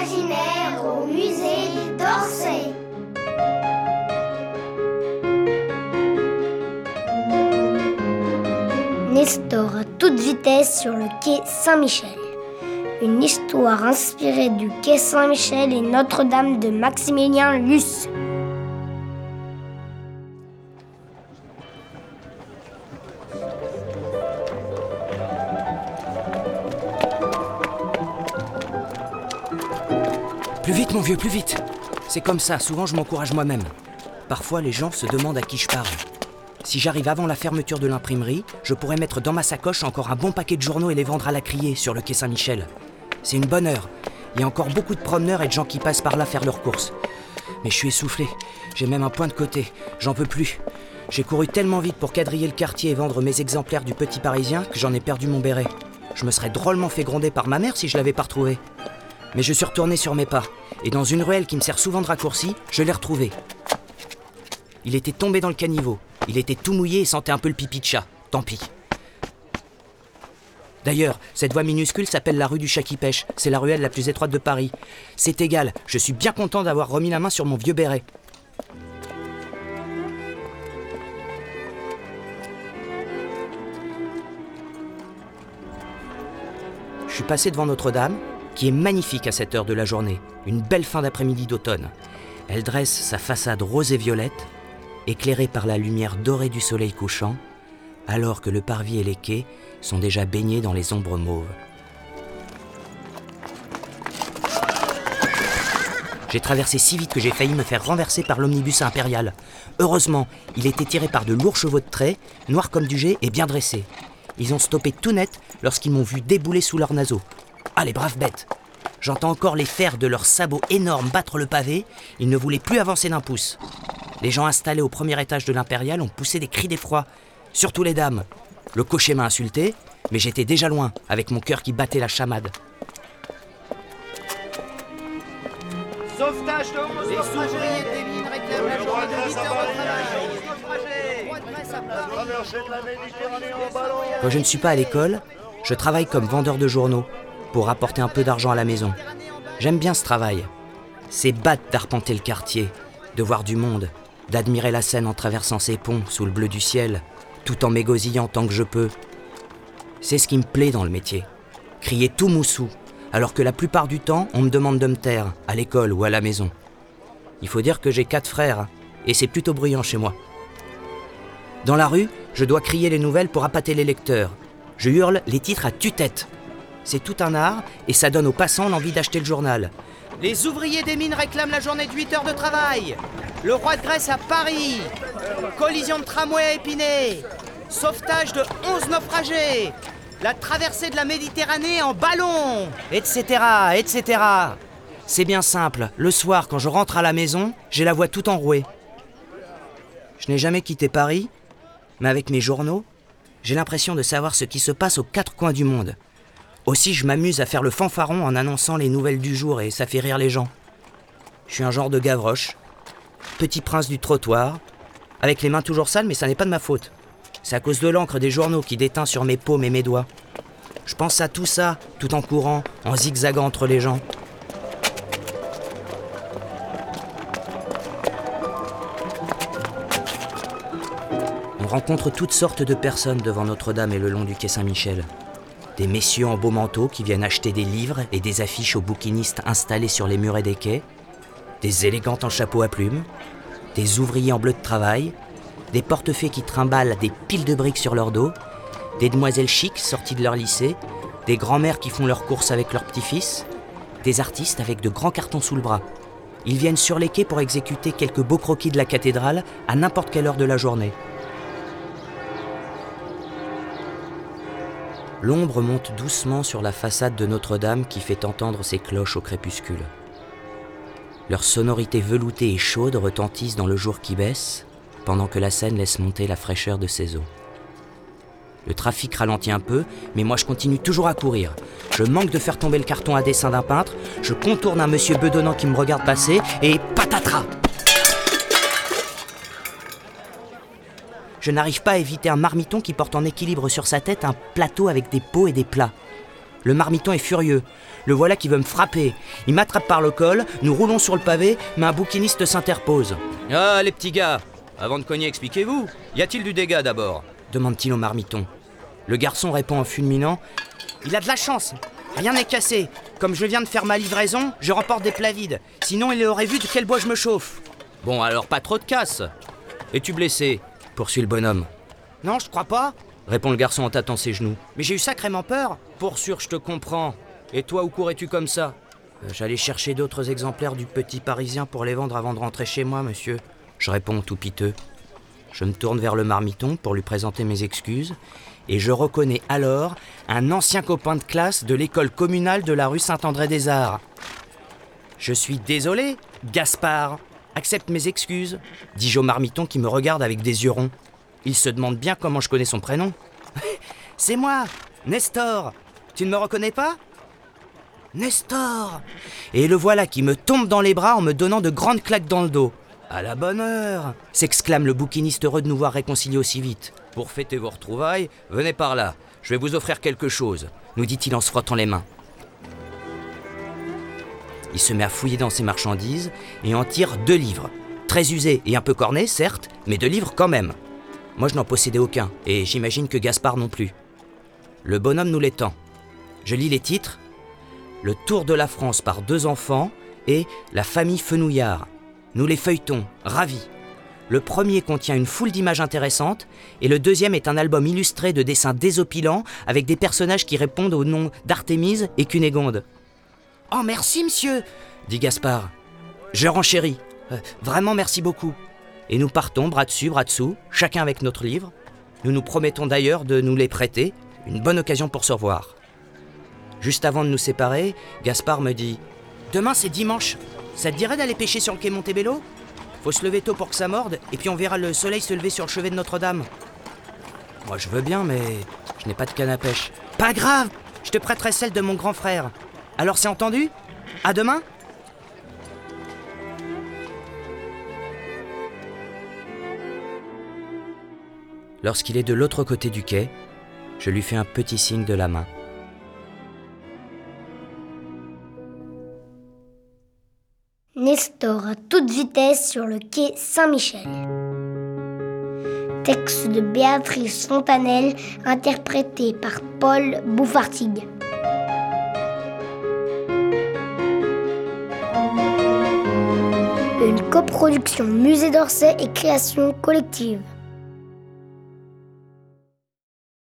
imaginaire au musée d'Orsay. Nestor à toute vitesse sur le quai Saint-Michel. Une histoire inspirée du quai Saint-Michel et Notre-Dame de Maximilien Luce. Plus vite mon vieux, plus vite. C'est comme ça, souvent je m'encourage moi-même. Parfois les gens se demandent à qui je parle. Si j'arrive avant la fermeture de l'imprimerie, je pourrais mettre dans ma sacoche encore un bon paquet de journaux et les vendre à la criée sur le quai Saint-Michel. C'est une bonne heure. Il y a encore beaucoup de promeneurs et de gens qui passent par là faire leurs courses. Mais je suis essoufflé. J'ai même un point de côté. J'en peux plus. J'ai couru tellement vite pour quadriller le quartier et vendre mes exemplaires du Petit Parisien que j'en ai perdu mon béret. Je me serais drôlement fait gronder par ma mère si je l'avais pas retrouvé. Mais je suis retourné sur mes pas. Et dans une ruelle qui me sert souvent de raccourci, je l'ai retrouvé. Il était tombé dans le caniveau. Il était tout mouillé et sentait un peu le pipi de chat. Tant pis. D'ailleurs, cette voie minuscule s'appelle la rue du Chat qui pêche. C'est la ruelle la plus étroite de Paris. C'est égal, je suis bien content d'avoir remis la main sur mon vieux béret. Je suis passé devant Notre-Dame, qui est magnifique à cette heure de la journée. Une belle fin d'après-midi d'automne. Elle dresse sa façade rose et violette, éclairée par la lumière dorée du soleil couchant, alors que le parvis et les quais sont déjà baignés dans les ombres mauves. J'ai traversé si vite que j'ai failli me faire renverser par l'omnibus impérial. Heureusement, il était tiré par de lourds chevaux de trait, noirs comme du jet et bien dressés. Ils ont stoppé tout net lorsqu'ils m'ont vu débouler sous leurs naseaux. Ah, les braves bêtes! J'entends encore les fers de leurs sabots énormes battre le pavé. Ils ne voulaient plus avancer d'un pouce. Les gens installés au premier étage de l'Impérial ont poussé des cris d'effroi. Surtout les dames. Le cocher m'a insulté, mais j'étais déjà loin, avec mon cœur qui battait la chamade. Sauvetage de 11 les ouvriers des mines réclament la journée de 8 heures de travail. Quand je ne suis pas à l'école, je travaille comme vendeur de journaux pour rapporter un peu d'argent à la maison. J'aime bien ce travail. C'est bête d'arpenter le quartier, de voir du monde, d'admirer la Seine en traversant ses ponts sous le bleu du ciel, tout en m'égosillant tant que je peux. C'est ce qui me plaît dans le métier. Crier tout moussou, alors que la plupart du temps, on me demande de me taire, à l'école ou à la maison. Il faut dire que j'ai 4 frères, et c'est plutôt bruyant chez moi. Dans la rue, je dois crier les nouvelles pour appâter les lecteurs. Je hurle les titres à tue-tête. C'est tout un art, et ça donne aux passants l'envie d'acheter le journal. Les ouvriers des mines réclament la journée de 8 heures de travail. Le roi de Grèce à Paris. Collision de tramway à Épinay. Sauvetage de 11 naufragés. La traversée de la Méditerranée en ballon. Etc., etc. C'est bien simple. Le soir, quand je rentre à la maison, j'ai la voix tout enrouée. Je n'ai jamais quitté Paris, mais avec mes journaux, j'ai l'impression de savoir ce qui se passe aux 4 coins du monde. Aussi, je m'amuse à faire le fanfaron en annonçant les nouvelles du jour et ça fait rire les gens. Je suis un genre de Gavroche, petit prince du trottoir, avec les mains toujours sales, mais ça n'est pas de ma faute. C'est à cause de l'encre des journaux qui déteint sur mes paumes et mes doigts. Je pense à tout ça, tout en courant, en zigzagant entre les gens. On rencontre toutes sortes de personnes devant Notre-Dame et le long du quai Saint-Michel. Des messieurs en beaux manteaux qui viennent acheter des livres et des affiches aux bouquinistes installés sur les murets des quais, des élégantes en chapeau à plumes, des ouvriers en bleu de travail, des portefaix qui trimballent des piles de briques sur leur dos, des demoiselles chics sorties de leur lycée, des grands-mères qui font leurs courses avec leurs petits-fils, des artistes avec de grands cartons sous le bras. Ils viennent sur les quais pour exécuter quelques beaux croquis de la cathédrale à n'importe quelle heure de la journée. L'ombre monte doucement sur la façade de Notre-Dame qui fait entendre ses cloches au crépuscule. Leurs sonorités veloutées et chaudes retentissent dans le jour qui baisse, pendant que la Seine laisse monter la fraîcheur de ses eaux. Le trafic ralentit un peu, mais moi je continue toujours à courir. Je manque de faire tomber le carton à dessin d'un peintre, je contourne un monsieur bedonnant qui me regarde passer, et patatras! Je n'arrive pas à éviter un marmiton qui porte en équilibre sur sa tête un plateau avec des pots et des plats. Le marmiton est furieux. Le voilà qui veut me frapper. Il m'attrape par le col, nous roulons sur le pavé, mais un bouquiniste s'interpose. « Ah, les petits gars, avant de cogner, expliquez-vous. Y a-t-il du dégât d'abord ?» demande-t-il au marmiton. Le garçon répond en fulminant. « Il a de la chance. Rien n'est cassé. Comme je viens de faire ma livraison, je remporte des plats vides. Sinon, il aurait vu de quel bois je me chauffe. » « Bon, alors pas trop de casse. Es-tu blessé ?» poursuit le bonhomme. « Non, je crois pas. » répond le garçon en tâtant ses genoux. « Mais j'ai eu sacrément peur. »« Pour sûr, je te comprends. Et toi, où courais-tu comme ça ?»« J'allais chercher d'autres exemplaires du Petit Parisien pour les vendre avant de rentrer chez moi, monsieur. » Je réponds tout piteux. Je me tourne vers le marmiton pour lui présenter mes excuses et je reconnais alors un ancien copain de classe de l'école communale de la rue Saint-André-des-Arts. « Je suis désolé, Gaspard. Accepte mes excuses, » dis-je au marmiton qui me regarde avec des yeux ronds. Il se demande bien comment je connais son prénom. « C'est moi, Nestor. Tu ne me reconnais pas ?»« Nestor !» Et le voilà qui me tombe dans les bras en me donnant de grandes claques dans le dos. « À la bonne heure !» s'exclame le bouquiniste heureux de nous voir réconciliés aussi vite. « Pour fêter vos retrouvailles, venez par là. Je vais vous offrir quelque chose, » nous dit-il en se frottant les mains. Il se met à fouiller dans ses marchandises et en tire 2 livres. Très usés et un peu cornés, certes, mais 2 livres quand même. Moi, je n'en possédais aucun, et j'imagine que Gaspard non plus. Le bonhomme nous les tend. Je lis les titres. Le Tour de la France par 2 enfants et La famille Fenouillard. Nous les feuilletons, ravis. Le premier contient une foule d'images intéressantes, et le deuxième est un album illustré de dessins désopilants avec des personnages qui répondent aux noms d'Artémise et Cunégonde. « Oh, merci, monsieur !» dit Gaspard. Je renchéris. Vraiment, merci beaucoup. Et nous partons, bras dessus, bras dessous, chacun avec notre livre. Nous nous promettons d'ailleurs de nous les prêter, une bonne occasion pour se revoir. Juste avant de nous séparer, Gaspard me dit « Demain, c'est dimanche. Ça te dirait d'aller pêcher sur le quai Montebello ? Faut se lever tôt pour que ça morde, et puis on verra le soleil se lever sur le chevet de Notre-Dame. » Moi, je veux bien, mais je n'ai pas de canne à pêche. « Pas grave, je te prêterai celle de mon grand frère. Alors c'est entendu ? À demain !» Lorsqu'il est de l'autre côté du quai, je lui fais un petit signe de la main. Nestor à toute vitesse sur le quai Saint-Michel. Texte de Béatrice Fontanelle, interprété par Paul Bouffartigue. Une coproduction Musée d'Orsay et création collective.